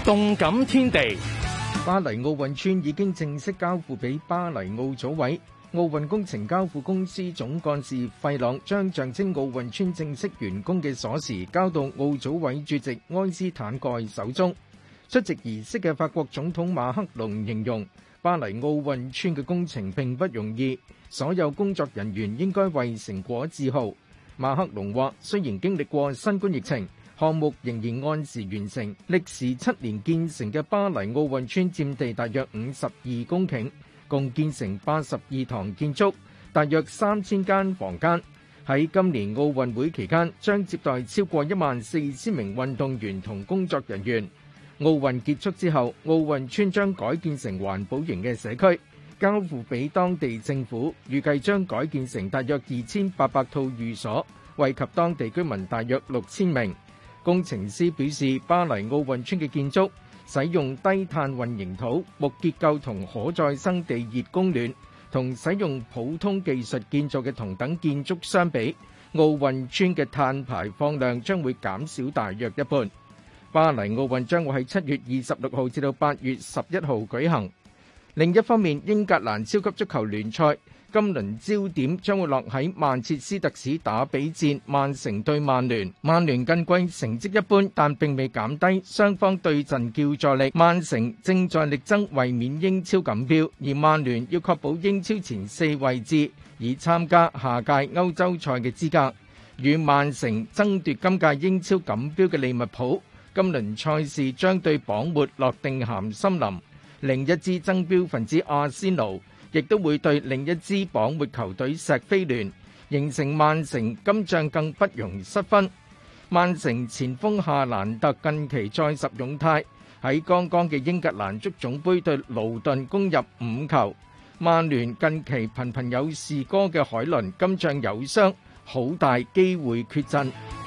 動感天地， 巴黎奧運村已經正式交付俾巴黎奧組委。奧運工程交付公司總幹事費朗將象徵奧運村正式完工嘅鎖匙交到奧組委主席埃斯坦蓋手中。出席儀式嘅法國總統馬克龍形容巴黎奧運村嘅工程並不容易，所有工作人員應該為成果自豪。馬克龍話：雖然經歷過新冠疫情，項目仍然按時完成。歷時7年建成嘅巴黎奧運村佔地大約52公頃，共建成82幢建築，大約3000間房間。喺今年奧運會期間，將接待超過14000名運動員同工作人員。奧運結束之後，奧運村將改建成環保型嘅社區，交付俾當地政府，預計將改建成大約2800套寓所，惠及當地居民大約6000名。工程師表示，巴黎奧運村嘅建築使用低碳混凝土、木結構同可再生地熱供暖，同使用普通技術建造嘅同等建築相比，奧運村嘅碳排放量將會減少大約一半。巴黎奧運將會喺7月26號至到8月11號舉行。另一方面，英格蘭超級足球聯賽今輪焦點將會落喺曼徹斯特市打比戰，曼城對曼聯。曼聯近季成績一般，但並未減低雙方對陣叫座力。曼城正在力爭衛冕英超錦標，而曼聯要確保英超前4位置，以參加下屆歐洲賽嘅資格。與曼城爭奪今屆英超錦標嘅利物浦，今輪賽事將對榜末諾定咸森林。另一支爭標分子阿仙奴亦都會對另一支榜末球隊錫菲聯，形成曼城今仗更不容失分。曼城前鋒夏蘭特近期再拾勇態，喺剛剛嘅英格蘭足總杯對勞頓攻入5球。曼聯近期頻頻有事哥嘅海倫今仗有傷，好大機會缺陣。